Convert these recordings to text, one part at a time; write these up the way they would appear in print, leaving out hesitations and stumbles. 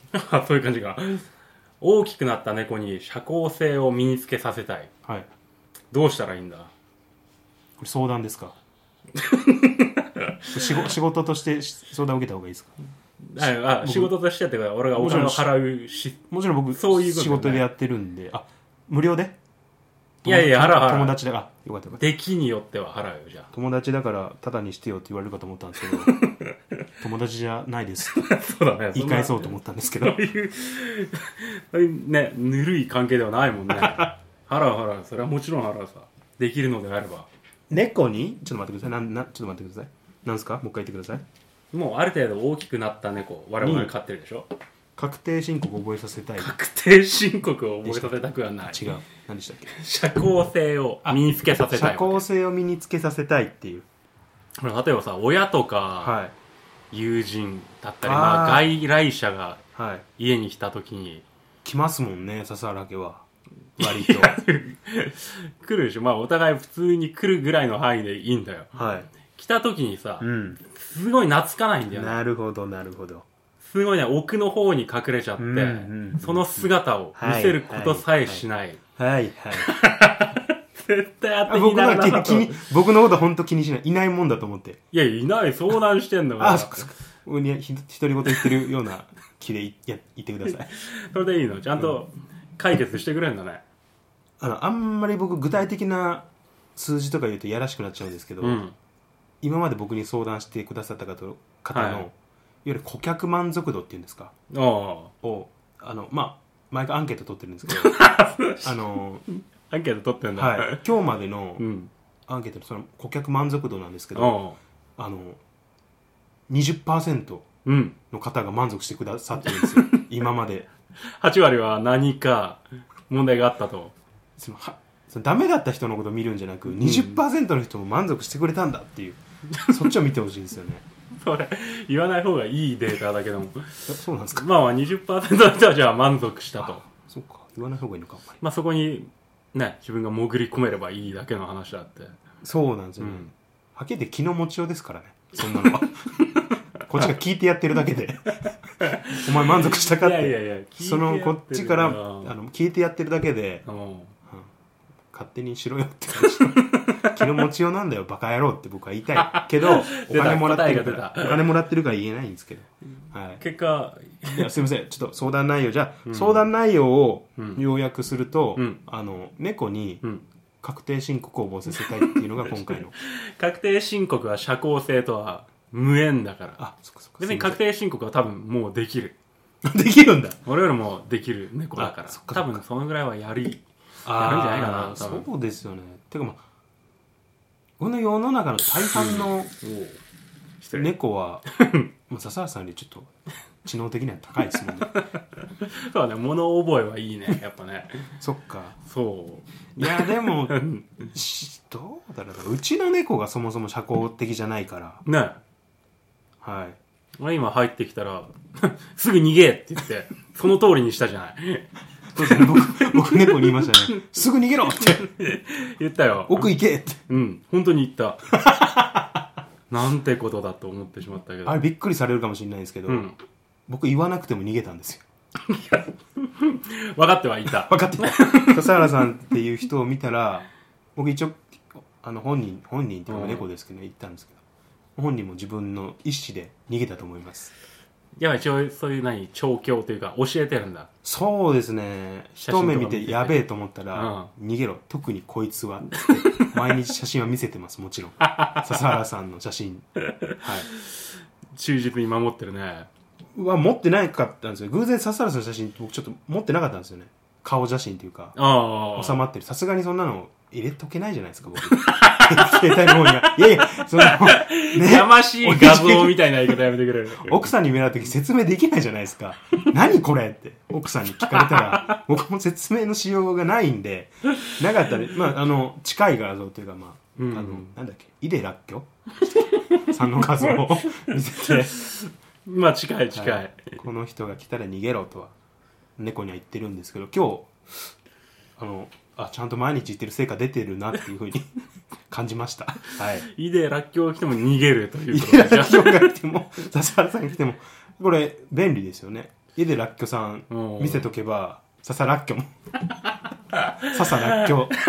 あ、そういう感じか。大きくなった猫に社交性を身につけさせたい。 はい。 どうしたらいいんだ。 これ相談ですか？仕事として相談を受けた方がいいですか？ 仕事としてってか、俺がお金を払うし。 もちろん僕、 そういうことね、 仕事でやってるんで、無料で？ いやいや、払う。 友達だから、よかったよかった。 出来によっては払うよ、じゃあ。 友達だからタダにしてよって言われるかと思ったんですけど友達じゃないですそうだね。 言い返そうと思ったんですけどそういうね、ぬるい関係ではないもんね。払う。それはもちろん払うさ。できるのであれば。 猫にちょっと待ってください。ちょっと待ってください。なんですか？もう一回言ってください。 もうある程度大きくなった猫、我々飼ってるでしょ。 確定申告を覚えさせたい。 確定申告を覚えさせたくはない。 違う。何でしたっけ？ 社交性を身につけさせたい。 社交性を身につけさせたいっていう。 例えばさ、親とか、 はい、 友人だったり、まあ外来者が家に来た時に、 はい、来ますもんね、笹原家は。割と来るでしょ。まあお互い普通に来るぐらいの範囲でいいんだよ。 はい。 来た時にさ、すごい懐かないんだよね。 なるほどなるほど。 すごいね、奥の方に隠れちゃって、その姿を見せることさえしない。 はい絶対当てにならなかった。 僕のこと本当気にしない。いないもんだと思って。 いや、いない。相談してんだから。 あ、そっか。独り言言ってるような気で言ってください。 それでいいの？ちゃんと解決してくれんだね。 あんまり僕具体的な数字とか言うとやらしくなっちゃうんですけど、今まで僕に相談してくださった方の、いわゆる顧客満足度っていうんですかをまあ毎回アンケート取ってるんですけどアンケート取ってんだ、 はい、今日までのアンケートのその顧客満足度なんですけど、20% の方が満足してくださってるんですよ今まで。 8割は何か問題があったと。 ダメだった人のことを見るんじゃなく、20% の人も満足してくれたんだっていうそっちを見てほしいんですよね。 それ言わない方がいいデータだけどもそうなんですか。 まあ 20% の人はじゃあ満足したと。 そうか、言わない方がいいのか。 まあそこにね、自分が潜り込めればいいだけの話だって。 そうなんですよね、はっきり言って気の持ちようですからね、そんなのはこっちが聞いてやってるだけでお前満足したかって、 いやそのこっちから聞いてやってるだけで、勝手にしろよって感じ気の持ちようなんだよバカ野郎って僕は言いたいけどお金もらってるから言えないんですけど、 結果すいません、ちょっと相談内容相談内容を要約すると、猫に確定申告を覚えさせたいっていうのが今回の確定申告は社交性とは無縁だから。 そっか別に確定申告は多分もうできるできるんだ。 俺よりもできる猫だから多分そのぐらいはやるんじゃないかな。 そうですよね。てかこの世の中の大半の猫は笹原さんよりちょっと知能的には高いですもんねそうだね、物覚えはいいねやっぱねそっか。 そういやでもどうだろう、うちの猫がそもそも社交的じゃないからね。 はい、 今入ってきたらすぐ逃げって言ってその通りにしたじゃないそうですね、僕猫に言いましたねすぐ逃げろって言ったよ。 奥行けって。 本当に言ったなんてことだと思ってしまったけど、 あれびっくりされるかもしれないですけど、僕言わなくても逃げたんですよ分かってはいた分かっていた笹原さんっていう人を見たら僕一応本人っていうか猫ですけど、言ったんですけど、本人も自分の意思で逃げたと思います。 いや一応そういう調教というか教えてるんだ。 そうですね、一目見てやべえと思ったら、逃げろ、特にこいつはって毎日写真は見せてます。もちろん笹原さんの写真忠実に守ってるね。 持ってなかったんですよ。偶然笹原さんの写真僕ちょっと持ってなかったんですよね。顔写真というか収まってる。さすがにそんなの入れとけないじゃないですか僕携帯の方には。いやそのね、やましい画像みたいな言い方やめてくれる奥さんに見られた時説明できないじゃないですか何これって奥さんに聞かれたら僕も説明のしようがないんで、なかったら、近い画像というか、なんだっけ、井出らっきょさんの画像を見せて近い、 この人が来たら逃げろとは猫には言ってるんですけど、今日ちゃんと毎日言ってる成果出てるなっていうふうに感じました。 井出らっきょが来ても逃げるということで、井出らっきょが来ても笹原さんが来てもこれ便利ですよね。 家でらっきょさん見せとけばささらっきょもささらっきょ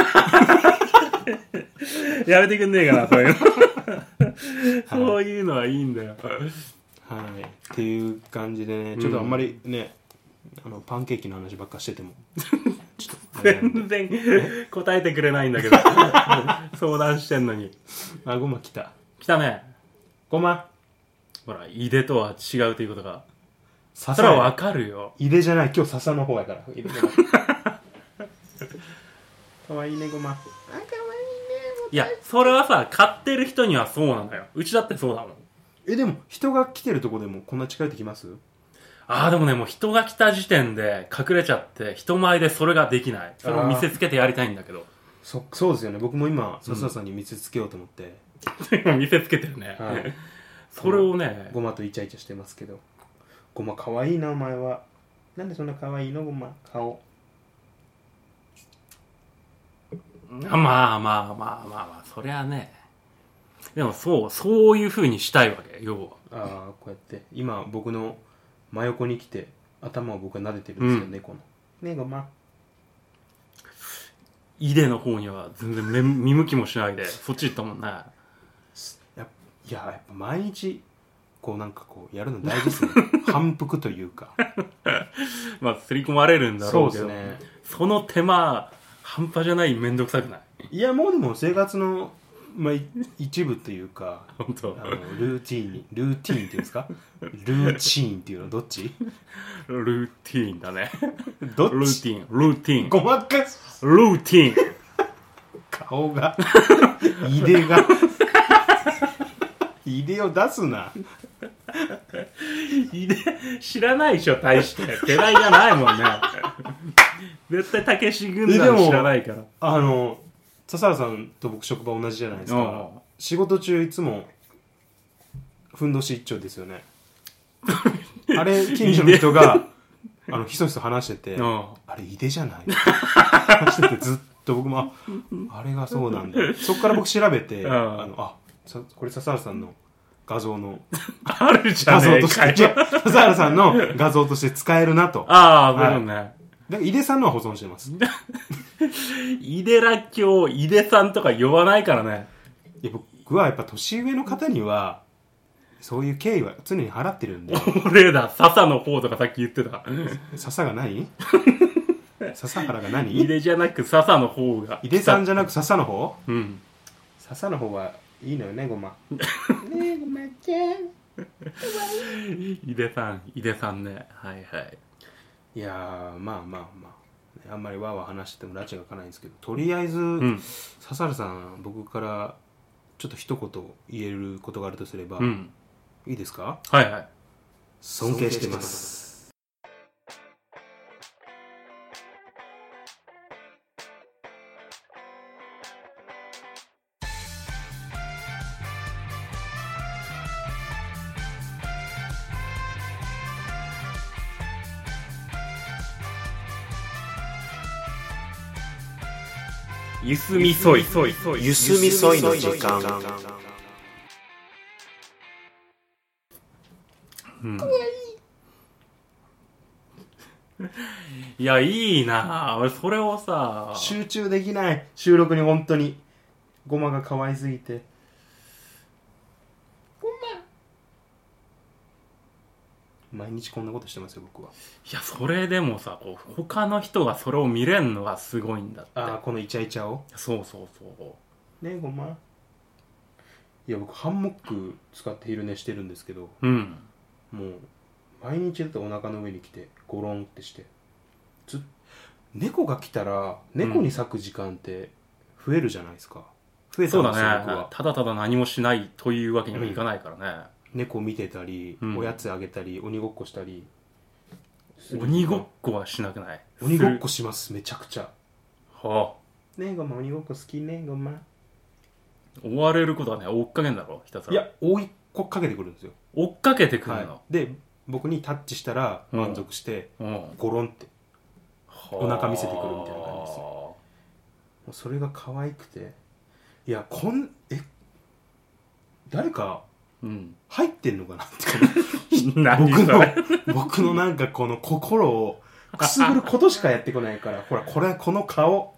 やめてくんねえかなそういうのそういうのはいいんだよ。 はいっていう感じでね、ちょっとあんまりね、パンケーキの話ばっかしててもちょっと全然答えてくれないんだけど相談してんのに。 あ、ごま来た。 来たね。 ごまほら、いでとは違うということが。 笹それはわかるよ。 いでじゃない、今日笹の方やから。いでじゃないかわいいね、ごま。あ、かわいいね。 いや、それはさ、買ってる人にはそうなのよ。うちだってそうだもん。 でも人が来てるとこでもこんな近寄ってきます？ ああ、でもね、もう人が来た時点で隠れちゃって、人前でそれができない。それを見せつけてやりたいんだけど。 そうですよね。僕も今、笹さんに見せつけようと思って。 見せつけてるね。 はい、 それをね、 ごまとイチャイチャしてますけど。ごまかわいいな、お前は。なんでそんなかわいいの、ごま。顔。 まあまあまあまあまあ、そりゃね。でもそういう風にしたいわけ、要は。 ああ、こうやって。今、僕の真横に来て、頭を僕が撫でてるんですよ、猫の。ね、ごま。 イデの方には全然見向きもしないで、そっち行ったもんね。 やっぱ毎日、こうなんかこう、やるの大事ですね。反復というか。 まあ、刷り込まれるんだろうけど、 そうですね。 その手間、半端じゃないめんどくさくない？ いや、もうでも生活の、まあ、一部というか、 本当。 ルーティーンっていうんですか？ルーチーンっていうのどっち？ ルーティーンだね。 どっち？ ルーティーン。 ごまかす。 ルーティーン。 顔が、いでが、いでを出すな。 いで、知らないでしょ、大して。世代じゃないもんね。絶対たけし軍団知らないから。 笹原さんと僕職場同じじゃないですか。仕事中いつもふんどし一丁ですよね。あれ近所の人がひそひそ話してて、あれいでじゃない話してて、ずっと僕もあれがそうなんだ。そこから僕調べて、これ笹原さんの画像のあるじゃねえかよ。 笹原さんの画像として使えるなと。 ああ、そういうのね。 で井出さんのは保存してます。 井出らっきょう、井出さんとか呼ばないからね。 いや、僕はやっぱ年上の方にはそういう敬意は常に払ってるんで。 俺だ、笹の方とかさっき言ってた。 笹が何？笹原が何？ 井出じゃなく笹の方が。 井出さんじゃなく笹の方？ うん。 笹の方はいいのよね、ごま。ねえ、ごまちゃん。 井出さんね。はいはい。 いやー、まああんまりわーわー話してても拉致が開かないんですけど、とりあえず、笹原さん、僕からちょっと一言言えることがあるとすれば、いいですか？ はいはい。 尊敬してます。 ゆすみそい。 ゆすみそいの時間。 いや、いいなぁ。俺、それをさ、 集中できない。収録に本当に。ごまが可愛すぎて。ごま。毎日こんなことしてますよ、僕は。 いや、それでもさ、こう他の人がそれを見れんのがすごいんだって。 ああ、このイチャイチャを。 そうそうそう。 ねえ、ごま。いや、僕ハンモック使って昼寝してるんですけど、 うん。 もう毎日だとお腹の上に来てゴロンってして、猫が来たら猫に咲く時間って増えるじゃないですか。増えたんですよ、 そうだね。 僕は。 ただただ何もしないというわけにはいかないからね。 猫見てたり、おやつあげたり、鬼ごっこしたり。 鬼ごっこはしなくない？ 鬼ごっこします、めちゃくちゃ。 はあ。ねえ、ごま、鬼ごっこ好きね、ごま。 追われることはね、追っかけんだろ、ひたすら。 いや、追いかけてくるんですよ。 追っかけてくるの、 で、僕にタッチしたら満足して、ゴロンってお腹見せてくるみたいな感じですよ。もうそれが可愛くて、いや、誰かうん入ってんのかなって何それ僕のなんかこの心をくすぐることしかやってこないからほらこの顔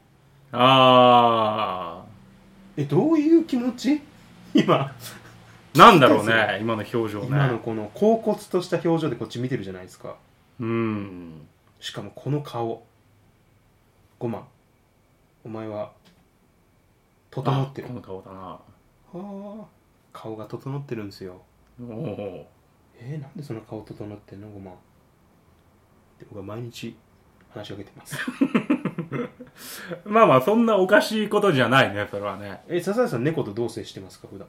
あどういう気持ち今なんだろうね今の表情ね今のこの恍惚とした表情でこっち見てるじゃないですか。 うんしかもこの顔ごまお前は整ってる。 この顔だな。 はあ顔が整ってるんですよ。 おおなんでその顔整ってんのごまで僕は毎日話しかけてますまあまあそんなおかしいことじゃないねそれはね。 笹谷さん猫とどう接してますか普段。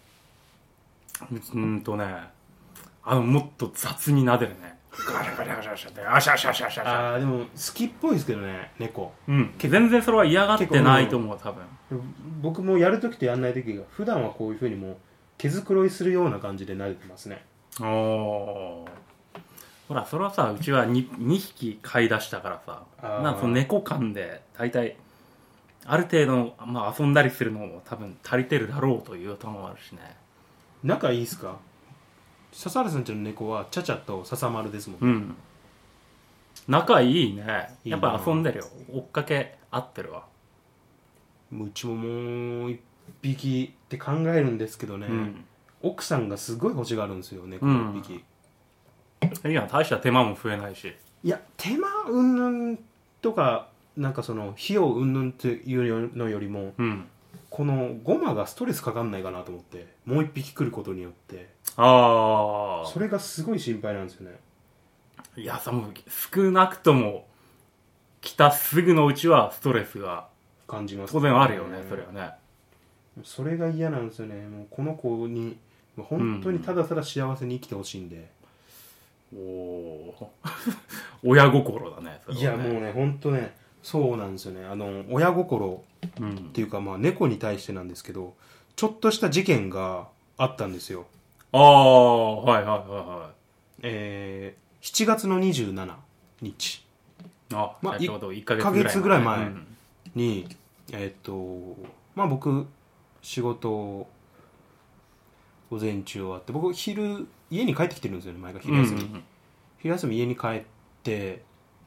もっと雑に撫でるね。ガシャガシャガシャガシャってあしゃしゃしゃしゃしゃ。 でも好きっぽいですけどね猫。 全然それは嫌がってないと思う多分。 僕もやるときとやんないときが普段はこういうふうにもう毛づくろいするような感じで撫でてますね。 おお。ほらそれはさうちは 2匹飼い出したからさなんかその猫感で大体ある程度、まあ、遊んだりするのも多分足りてるだろうというともあるしね。 仲いいっすか。笹原さんちの猫はチャチャと笹丸ですもんね。 仲いいね。やっぱ遊んでるよ。追っかけ合ってるわ。 うちももう一匹って考えるんですけどね、奥さんがすごい欲しがるんですよ猫の一匹。 いや大した手間も増えないし。 いや手間うんぬんとかなんかその費用うんぬんっていうのよりも、このゴマがストレスかかんないかなと思ってもう一匹来ることによってそれがすごい心配なんですよね。 いや少なくとも来たすぐのうちはストレスが感じます、 当然あるよねそれはね。 それが嫌なんですよね。もうこの子に本当にただただ幸せに生きてほしいんで、 親心だねそれはね。 いやもうね本当ねそうなんですよね。親心っていうか、まあ猫に対してなんですけどちょっとした事件があったんですよ。 はいはいはい。 7月の27日ちょうど1ヶ月ぐらい前に、まあ僕仕事午前中終わって僕昼家に帰ってきてるんですよね毎回昼休み、昼休み家に帰って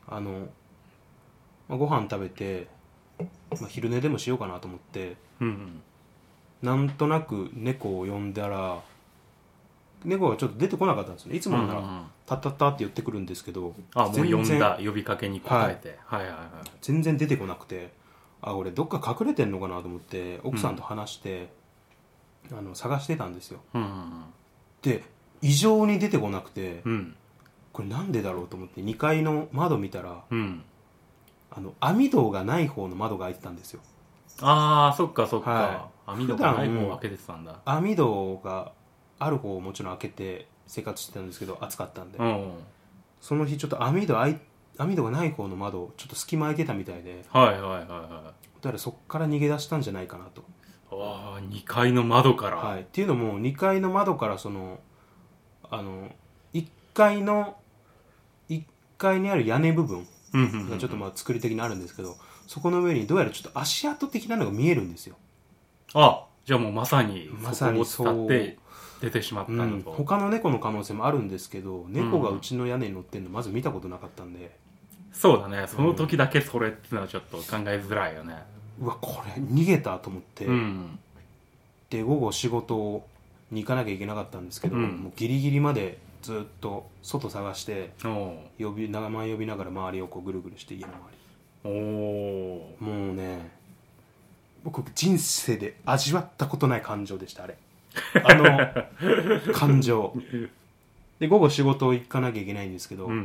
ご飯食べて、昼寝でもしようかなと思って、なんとなく猫を呼んだら猫がちょっと出てこなかったんですね。いつもならタッタッタって寄ってくるんですけど、 もう呼んだ呼びかけに応えて、 全然出てこなくて俺どっか隠れてんのかなと思って奥さんと話して、探してたんですよ、で異常に出てこなくて、これなんでだろうと思って2階の窓見たら、網戸がない方の窓が開いてたんですよ。 そっかそっか、網戸がない方を開けてたんだ。 網戸がある方をもちろん開けて生活してたんですけど暑かったんで、その日ちょっと網戸がない方の窓ちょっと隙間空いてたみたいで、だからそっから逃げ出したんじゃないかなと。 2階の窓から、 っていうのも2階の窓からその1階にある屋根部分がちょっと作り的にあるんですけど、そこの上にどうやらちょっと足跡的なのが見えるんですよ。 じゃあもうまさにそこを使って出てしまったのと、 他の猫の可能性もあるんですけど、猫がうちの屋根に乗ってるのまず見たことなかったんで、 そうだね、その時だけそれってのはちょっと考えづらいよね。 これ逃げたと思って、で午後仕事に行かなきゃいけなかったんですけど、もうギリギリまでずっと外探して名前呼びながら周りをこうぐるぐるして家の周り。もうね僕人生で味わったことない感情でしたあれ感情で午後仕事行かなきゃいけないんですけど、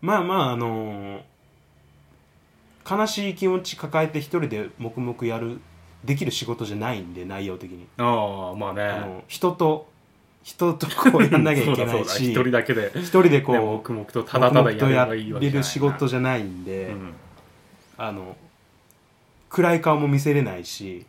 悲しい気持ち抱えて一人で黙々できる仕事じゃないんで、内容的に人とこうやんなきゃいけないし一人でこう黙々とただただやれる仕事じゃないんで、暗い顔も見せれないし、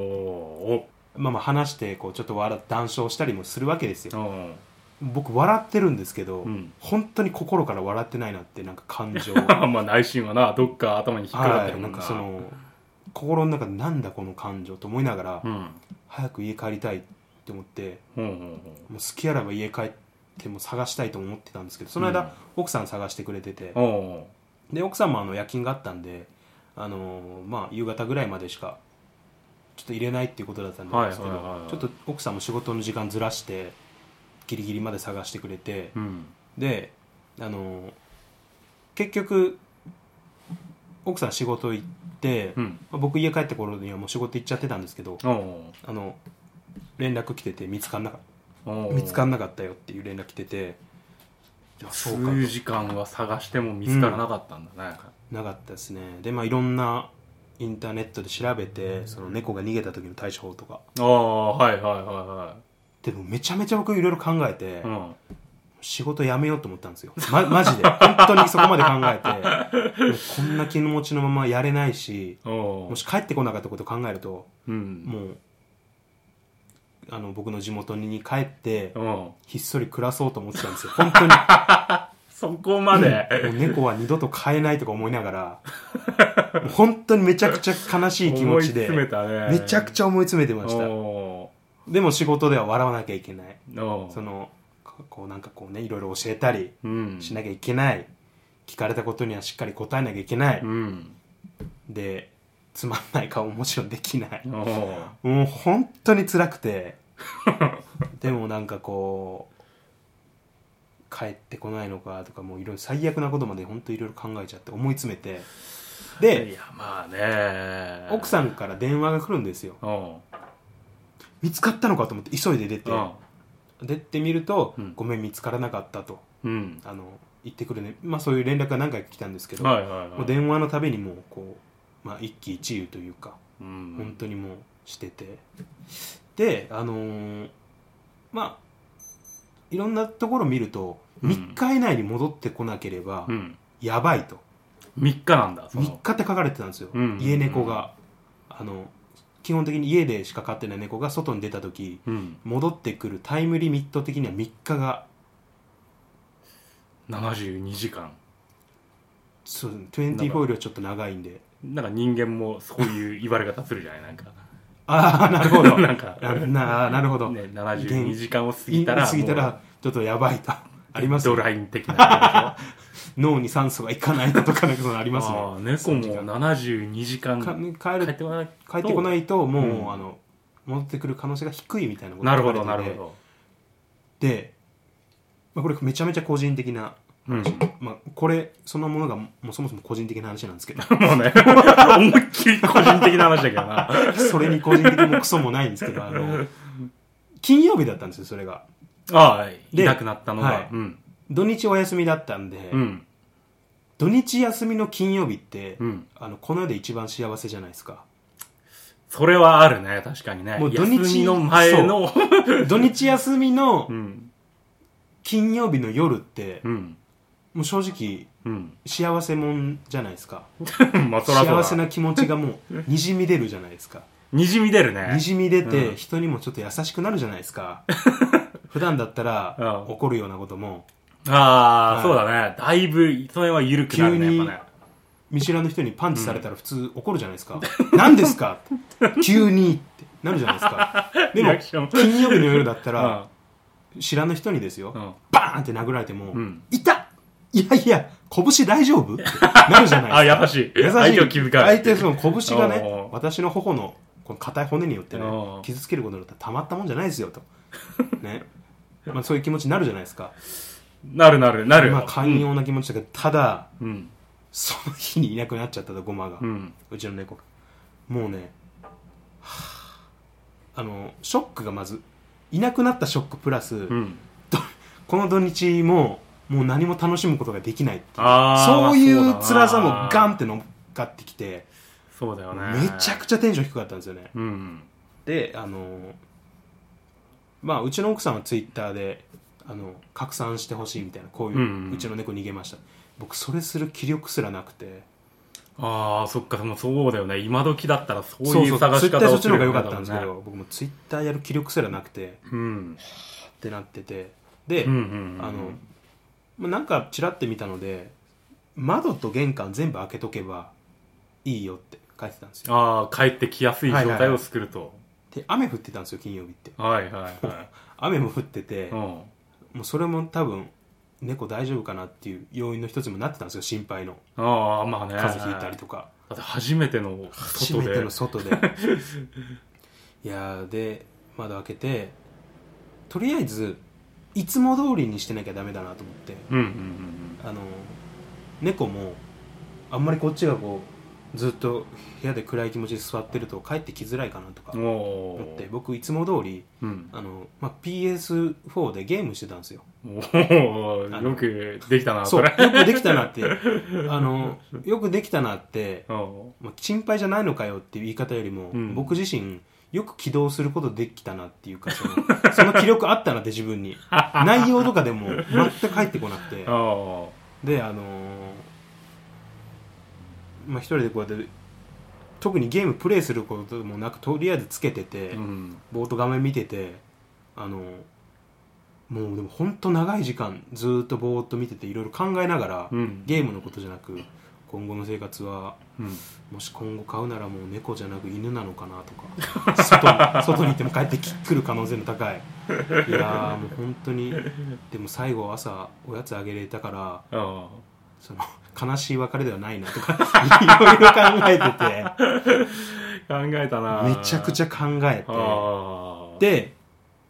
話してこうちょっと談笑したりもするわけですよ。僕笑ってるんですけど、本当に心から笑ってないなってなんか感情内心はなどっか頭に引っかかってるもんな。 なんかその心の中でなんだこの感情と思いながら、早く家帰りたいって思って、 うんうんうん、 もう好きあらば家帰っても探したいと思ってたんですけど、その間、奥さん探してくれてて、で奥さんも夜勤があったんで、夕方ぐらいまでしかちょっと入れないっていうことだったんですけど、ちょっと奥さんも仕事の時間ずらしてギリギリまで探してくれて、で結局奥さん仕事行って、僕家帰って頃にはもう仕事行っちゃってたんですけど、連絡来てて見つかんなかったよっていう連絡来てて、 数時間は探しても見つからなかったんだね、 なかったですね。でいろんなインターネットで調べて、その猫が逃げた時の対処法とか、でもめちゃめちゃ僕いろいろ考えて、仕事辞めようと思ったんですよ、マジで本当にそこまで考えてもうこんな気持ちのままやれないし、もし帰ってこなかったことを考えると、もう僕の地元に帰ってひっそり暮らそうと思ってたんですよ、本当にそこまで、 もう猫は二度と飼えないとか思いながらもう本当にめちゃくちゃ悲しい気持ちでめちゃくちゃ思い詰めてました。でも仕事では笑わなきゃいけない、そのなんかいろいろ教えたりしなきゃいけない、聞かれたことにはしっかり答えなきゃいけない、でつまんない顔ももちろんできない、もう本当に辛くてでもなんか帰ってこないのかとか、もういろいろ最悪なことまで本当いろいろ考えちゃって思い詰めて、でいやまあね、 奥さんから電話が来るんですよ。見つかったのかと思って急いで出てみると、ごめん見つからなかったと、言ってくるね、そういう連絡が何回か来たんですけど、もう電話のたびにもう一喜一憂というか、本当にもうしてて、でいろんなところ見ると、3日以内に戻ってこなければやばいと、 3日なんだ、 3日って書かれてたんですよ、家猫が基本的に家でしか飼ってない猫が外に出た時、戻ってくるタイムリミット的には3日が 72時間、 そう24よりはちょっと長いんで、 なんか人間もそういう言われ方するじゃない、なんかなるほどなんかなるほど、 ね、72時間を過ぎたらちょっとやばいとありますドライン的な脳に酸素がいかないとか、なんかそうありますね。 猫も72時間帰ってこないともう、戻ってくる可能性が低いみたいなことがなるほどなるほど。 で、これめちゃめちゃ個人的な話、これそのものがもうそもそも個人的な話なんですけどもうね思いっきり個人的な話だけどなそれに個人的もクソもないんですけど、金曜日だったんですよ、それが。 いなくなったのが、 土日お休みだったんで、土日休みの金曜日って、この世で一番幸せじゃないですか。 それはあるね、確かにね。もう土日休みの前の土日休みの金曜日の夜って、もう正直、幸せもんじゃないですか幸せな気持ちがもうにじみ出るじゃないですかにじみ出るね。 にじみ出て、人にもちょっと優しくなるじゃないですか普段だったら起こるようなことも、 そうだね、だいぶそれは緩くなるね、やっぱね。 見知らぬ人にパンチされたら普通怒るじゃないですか、何ですか急にってなるじゃないですかでも金曜日の夜だったら、知らぬ人にですよ、バーンって殴られても、いた、いや拳大丈夫ってなるじゃないですか優しい相手を気遣う、 相手その拳がね、私の頬のこの硬い骨によってね、傷つけることによってたまったもんじゃないですよとねそういう気持ちになるじゃないですか。 なる寛容な気持ちだけど、ただ、その日にいなくなっちゃったと、ゴマが、うちの猫がもうね、ショックがまずいなくなったショックプラス、この土日もう何も楽しむことができないっていう、そういう辛さもガンって乗っかってきて、 そうだよね、 めちゃくちゃテンション低かったんですよね、でうちの奥さんはツイッターで拡散してほしいみたいな、こういう、うちの猫逃げました、僕それする気力すらなくて、 そっか、でもそうだよね、今時だったらそういう探し方をする、 絶対そっちの方が良かったんですけど、僕もツイッターやる気力すらなくて、ってなってて、で、なんかチラって見たので、窓と玄関全部開けとけばいいよって書いてたんですよ。 帰ってきやすい状態を作ると、 っで雨降ってたんですよ金曜日って。 はいはいはい雨も降ってて、もうそれも多分猫大丈夫かなっていう要因の一つにもなってたんですよ、心配の。 ああまあね、 風邪ひいたりとか。 だって初めての外でいやで窓開けて、とりあえずいつも通りにしてなきゃダメだなと思って、猫もあんまりこっちがこうずっと部屋で暗い気持ちで座ってると帰ってきづらいかなとか思って、僕いつも通り、PS4 でゲームしてたんですよ。 よくできたな。 そうよくできたなってよくできたなって、心配じゃないのかよっていう言い方よりも、僕自身よく起動することできたなっていうか、その気力あったなって自分に内容とかでも全く入ってこなくてで一人でこうやって特にゲームプレイすることもなく、とりあえずつけてて、ぼーっと画面見てて、もうでも本当長い時間ずっとぼーっと見てていろいろ考えながら、ゲームのことじゃなく今後の生活は、もし今後飼うならもう猫じゃなく犬なのかなとか外にいても帰ってくる可能性の高いいやもう本当に。でも最後朝おやつあげれたから、その悲しい別れではないなとかいろいろ考えてて考えたな、 めちゃくちゃ考えて、で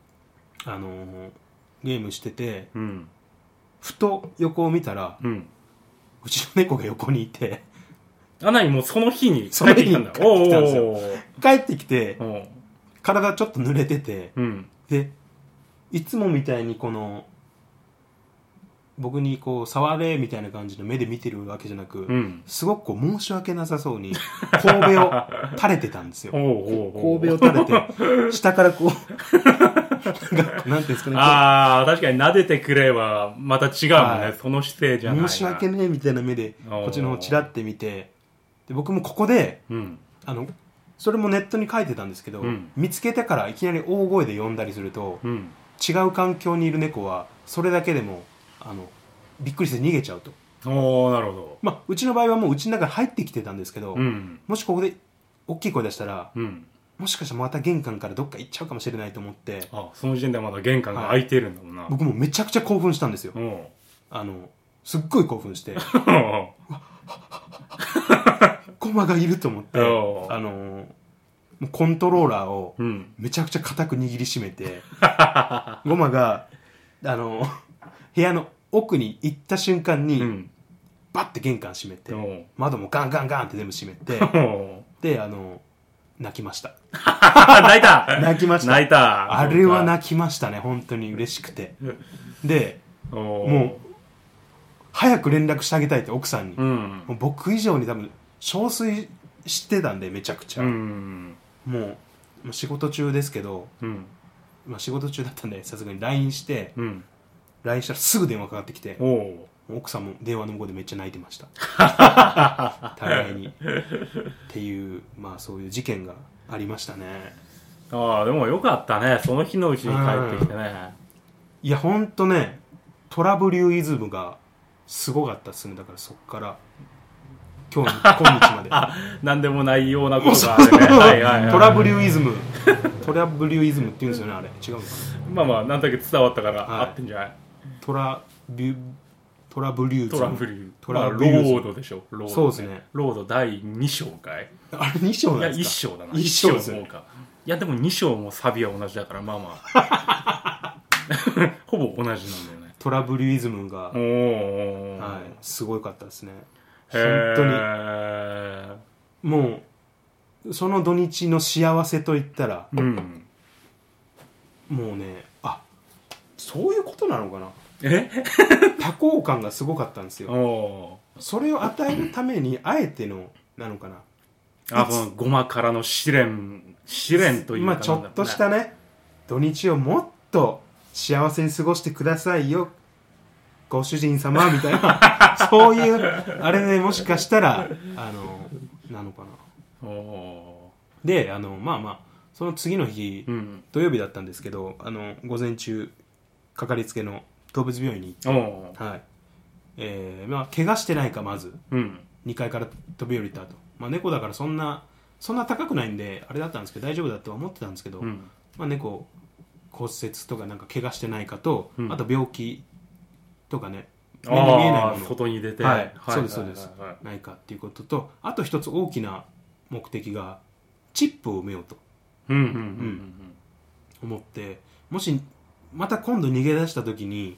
ゲームしてて、ふと横を見たら、うちの猫が横にいて、 何もうその日に帰ってきたんだ。 帰ってきたんですよ。帰ってきて体ちょっと濡れてて、でいつもみたいにこの僕にこう触れみたいな感じの目で見てるわけじゃなく、すごくこう申し訳なさそうに神戸を垂れてたんですよ。神戸を垂れて下からこうなんていうんですかね、 ああ確かに撫でてくればまた違うもんね、その姿勢じゃないな。 申し訳ねえみたいな目でこっちの方チラって見て、で僕もここで、それもネットに書いてたんですけど、見つけてからいきなり大声で呼んだりすると、違う環境にいる猫はそれだけでもびっくりして逃げちゃうと。 なるほど、うちの場合はもううちの中に入ってきてたんですけど、もしここで大きい声出したら、もしかしたらまた玄関からどっか行っちゃうかもしれないと思って、 その時点でまだ玄関が開いてるんだもんな、 僕もめちゃくちゃ興奮したんですよ。すっごい興奮してゴマがいると思って、コントローラーをめちゃくちゃ固く握りしめて、ゴマが部屋の奥に行った瞬間に、バッて玄関閉めて、窓もガンガンガンって全部閉めてで泣きました泣いた泣きました。 泣いた。 あれは泣きましたね、本当に嬉しくて。でもう早く連絡してあげたいって奥さんに、もう僕以上に多分憔悴してたんでめちゃくちゃ、もう仕事中ですけど、仕事中だったんでさすがに LINE して、LINE したらすぐ電話かかってきて、奥さんも電話の向こうでめっちゃ泣いてました互いにっていう、そういう事件がありましたね。 でもよかったね、その日のうちに帰ってきてね。 いやほんとね、トラブリュイズムがすごかったっすね。だからそっから今日までなんでもないようなことがあるねトラブリュイズムって言うんですよね、あれ違うのかな。 なんだけ伝わったから合ってんじゃない。 トラブリュイズム、ロードでしょ。ロードね。 そうですね。 ロード第2章かい。 あれ2章なんですか。 いや1章だな。1章の方か。いやでも2章もサビは同じだからほぼ同じなんだよね。 トラブリュイズムがすごかったですね。本当にもうその土日の幸せといったら、もうね、そういうことなのかな。多幸感がすごかったんですよ。それを与えるためにあえてのなのかな。 このゴマからの試練というか、 ちょっとしたね、土日をもっと幸せに過ごしてくださいよご主人様みたいなそういうあれでもしかしたらなのかな。でその次の日、土曜日だったんですけど、午前中かかりつけの動物病院に行って、怪我してないかまず、2階から飛び降りた後、猫だからそんなそんな高くないんであれだったんですけど大丈夫だとは思ってたんですけど、まあ、猫骨折とかなんか怪我してないかと、あと病気とかね目に見えないもの外に出て、 はい、そうですそうです、ないかっていうことと、あと一つ大きな目的がチップを埋めようと思って、もしまた今度逃げ出した時に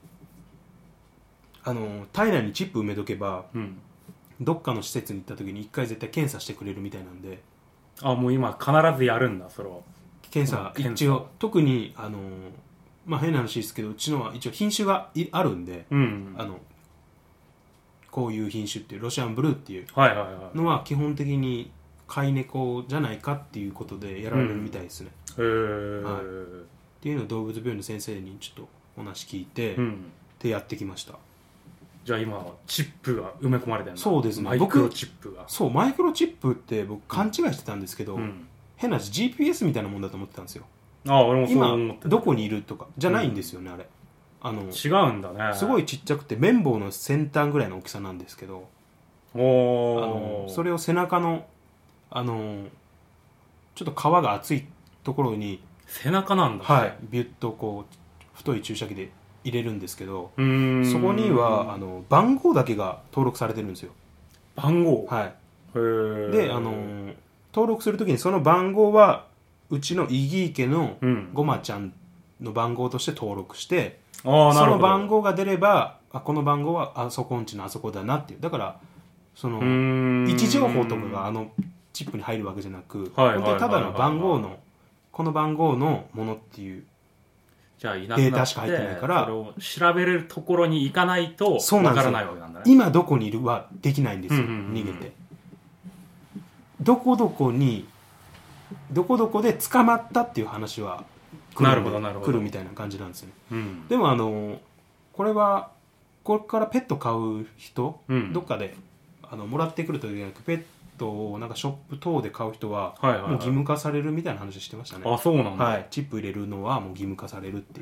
体内にチップ埋めとけば、どっかの施設に行った時に一回絶対検査してくれるみたいなんで。 もう今必ずやるんだそれを検査、一応特にまあ変な話ですけどうちのは一応品種があるんで、こういう品種っていうロシアンブルーっていうのは基本的に飼い猫じゃないかっていうことでやられるみたいですね、っていうのを動物病院の先生にちょっとお話聞いて、でやってきました。 じゃあ今チップが埋め込まれてるんだ。 そうですね、 マイクロチップが。 そうマイクロチップって僕勘違いしてたんですけど、変な話 GPS みたいなもんだと思ってたんですよ。 俺もそう思ってた。 今どこにいるとかじゃないんですよね、あれ違うんだね。 すごいちっちゃくて綿棒の先端ぐらいの大きさなんですけど、それを背中のちょっと皮が厚いところに背中なんだ、 はい、ビュッとこう太い注射器で入れるんですけど、そこには番号だけが登録されてるんですよ。 番号、 はい、で登録するときにその番号はうちのイギー家のゴマちゃんの番号として登録して、その番号が出ればこの番号はあそこんちのあそこだなっていう、だからその位置情報とかがチップに入るわけじゃなく、本当にただの番号のこの番号のものっていうデータしか入ってないから、 それを調べれるところに行かないとわからないわけなんだね。 今どこにいるはできないんですよ、逃げて。どこどこで捕まったっていう話は来るみたいな感じなんですよね、でもこれからペット飼う人、どっかでもらってくるというじゃなくペットをなんかショップ等で買う人はもう義務化されるみたいな話してましたね。 あ、そうなんだ、 はい、チップ入れるのはもう義務化されるっていう。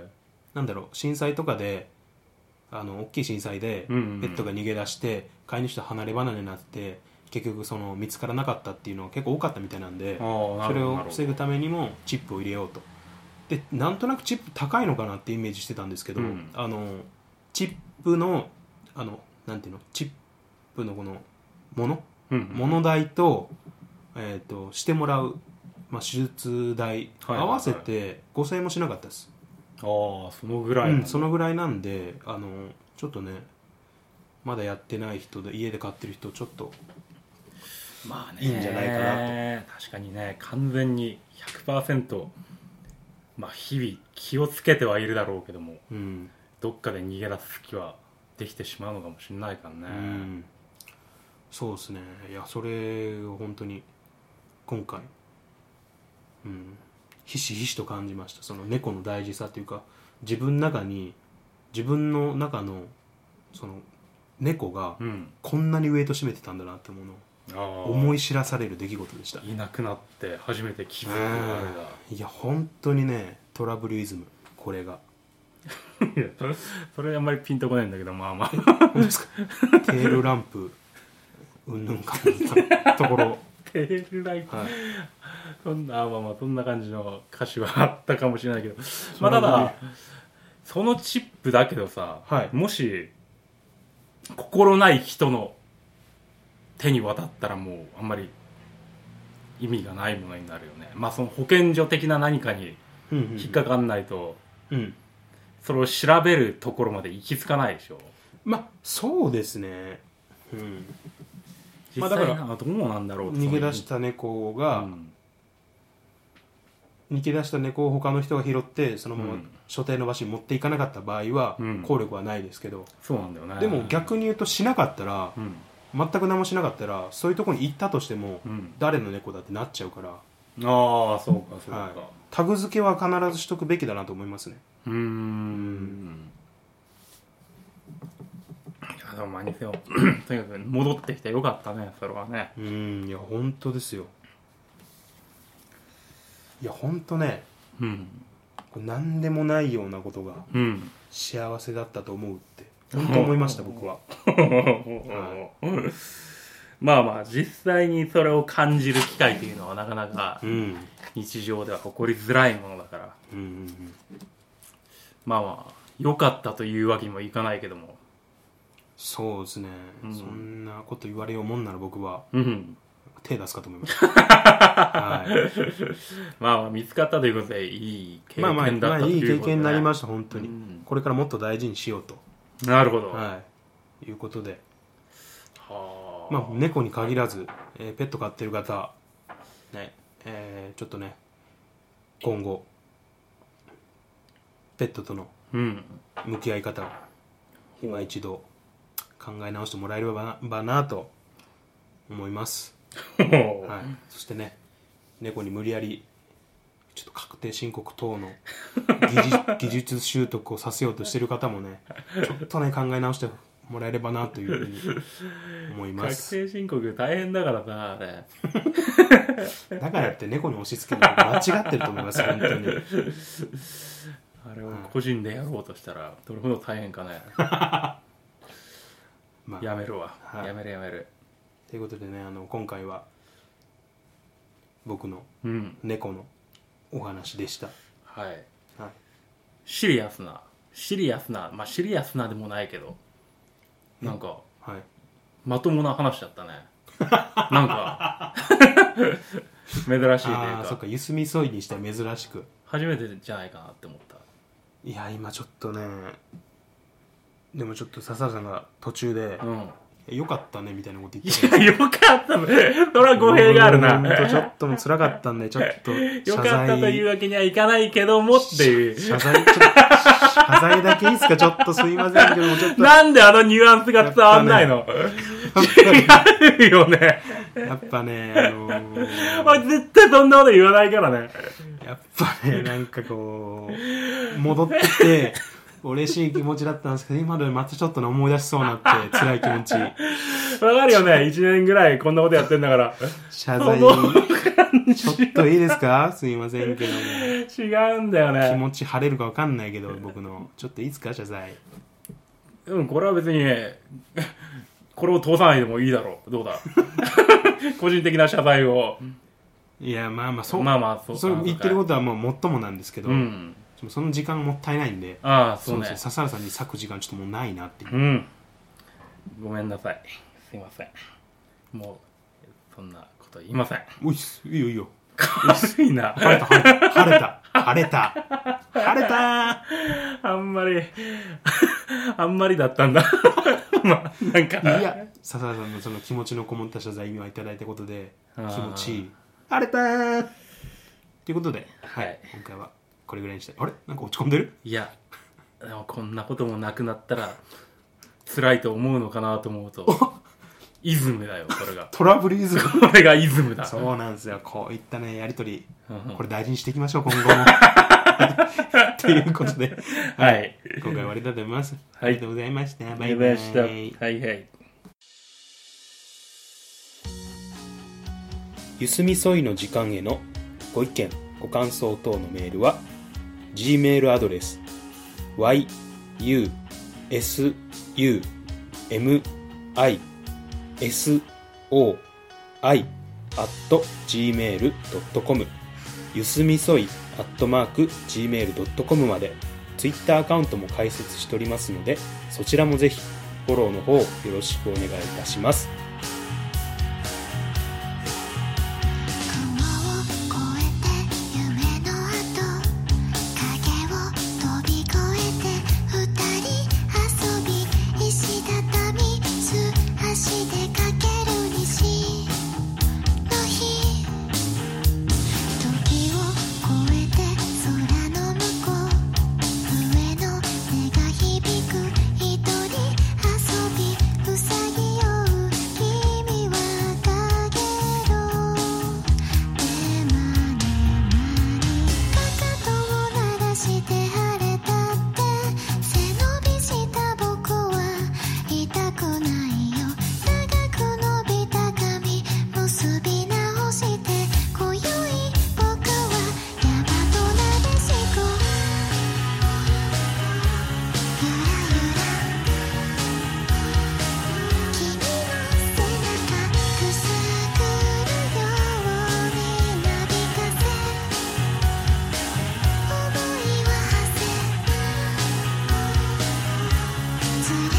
なんだろう、震災とかで大きい震災でペットが逃げ出して飼い主と離れ離れになって結局見つからなかったっていうのは結構多かったみたいなんで、それを防ぐためにもチップを入れようと。でなんとなくチップ高いのかなってイメージしてたんですけど、チップのなんていうの、チップのこの物代と、してもらう、手術代、合わせて5000円もしなかったです。 そのぐらい、 そのぐらいなんでちょっとねまだやってない人で家で飼ってる人ちょっとまあね、 いいんじゃないかなと。 確かにね、完全に 100%、日々気をつけてはいるだろうけども、どっかで逃げ出す気はできてしまうのかもしれないからね。 そうですね。いやそれを本当に今回ひしひしと感じました。その猫の大事さというか、自分の中のその猫がこんなにウェイト占めてたんだなってものを思い知らされる出来事でした。 いなくなって初めて気づくあれだ。 いや本当にね、トラブルイズム、これがそれあんまりピンとこないんだけど、本当ですか。テールランプうんぬんかなところテールライト、そんな感じの歌詞はあったかもしれないけど、ただそのチップだけどさ、もし心ない人の手に渡ったらもうあんまり意味がないものになるよね。その保健所的な何かに引っかかんないと、それを調べるところまで行き着かないでしょ。 そうですね。 実際どうなんだろう。 逃げ出した猫を他の人が拾ってそのまま所定の場所に持っていかなかった場合は効力はないですけど、 そうなんだよね。 でも逆に言うとしなかったら、全く何もしなかったらそういうところに行ったとしても、誰の猫だってなっちゃうから。 そうか、 タグ付けは必ずしとくべきだなと思いますね。 でもにせよとにかく戻ってきてよかったね、それはね。 いや本当ですよ。いや本当ね、これ何でもないようなことが幸せだったと思うって本当思いました僕は。 まあまあ実際にそれを感じる機会というのはなかなか日常では起こりづらいものだから、 うんうんうん、 まあまあ良かったというわけにもいかないけども、 そうですね、うん、そんなこと言われようもんなら僕は、うん、手出すかと思いますはい、 まあまあ見つかったということでいい経験だったということで、ね、 まあいい経験になりました本当に、うん、これからもっと大事にしようと。 なるほど、 はい、いうことで、まあ猫に限らず、ペット飼ってる方ね、ちょっとね今後ペットとの向き合い方を今一度考え直してもらえればなと思いますはい、そしてね猫に無理やりちょっと確定申告等の技術習得をさせようとしてる方もねちょっとね考え直してもらえればなというふうに思います。 確定申告大変だからなあれだからって猫に押し付けるの間違ってると思います本当に。 あれを個人でやろうとしたらどれほど大変かねまあ、やめるわ、はい、やめるということでね今回は僕の猫のお話でした、 はい、はい、シリアスなまあシリアスなでもないけどなんか、はい、まともな話だったねなんか珍しいというか、 あそっかゆすみそいにしては珍しく初めてじゃないかなって思った。 いや今ちょっとねでもちょっと笹原さんが途中で、よかったねみたいなこと言ってた。いやよかったねそれは語弊があるな。 ちょっともう辛かったんでちょっとよかったというわけにはいかないけどもっていう謝罪だけいいですかちょっとすいませんけどもちょっとなんであのニュアンスが伝わんないの、違うよねやっぱね絶対そんなこと言わないからね。 やっぱねなんかこう戻ってきて嬉しい気持ちだったんですけど今でまたちょっとね思い出しそうになって辛い気持ちわかるよね。1年ぐらいこんなことやってんだから謝罪ちょっといいですかすいませんけども違うんだよね。 気持ち晴れるかわかんないけど僕のちょっといいですか謝罪。 これは別にねこれを通さないでもいいだろう。どうだ個人的な謝罪を。 いやまあまあそうそうそれ言ってることはもうもっともなんですけど、その時間もったいないんで、 そうね、 笹原さんに割く時間ちょっともうないなっていう、 ごめんなさいすいませんもうそんなこと言いません。 おいいいよ軽いな。 晴れたあんまりだったんだまあなんかいや笹原さんのその気持ちのこもった謝罪にはいただいたことで気持ちいい晴れたーということで、はい、今回はこれぐらいにして。あれなんか落ち込んでる？ いやでもこんなこともなくなったら辛いと思うのかなと思うとイズムだよこれがトラブルイズムこれがイズムだ。 そうなんですよ。こういったねやりとりこれ大事にしていきましょう今後もということで、はい、今回は終わりだと思います、はい、ありがとうございました。バイバイ。 はいはいゆすみそいの時間へのご意見ご感想等のメールは Gmail アドレス yusumisumisoi@gmail.com ゆすみそい@gmail.com まで。 Twitter アカウントも開設しておりますのでそちらもぜひフォローの方よろしくお願いいたします。 うさぎよつ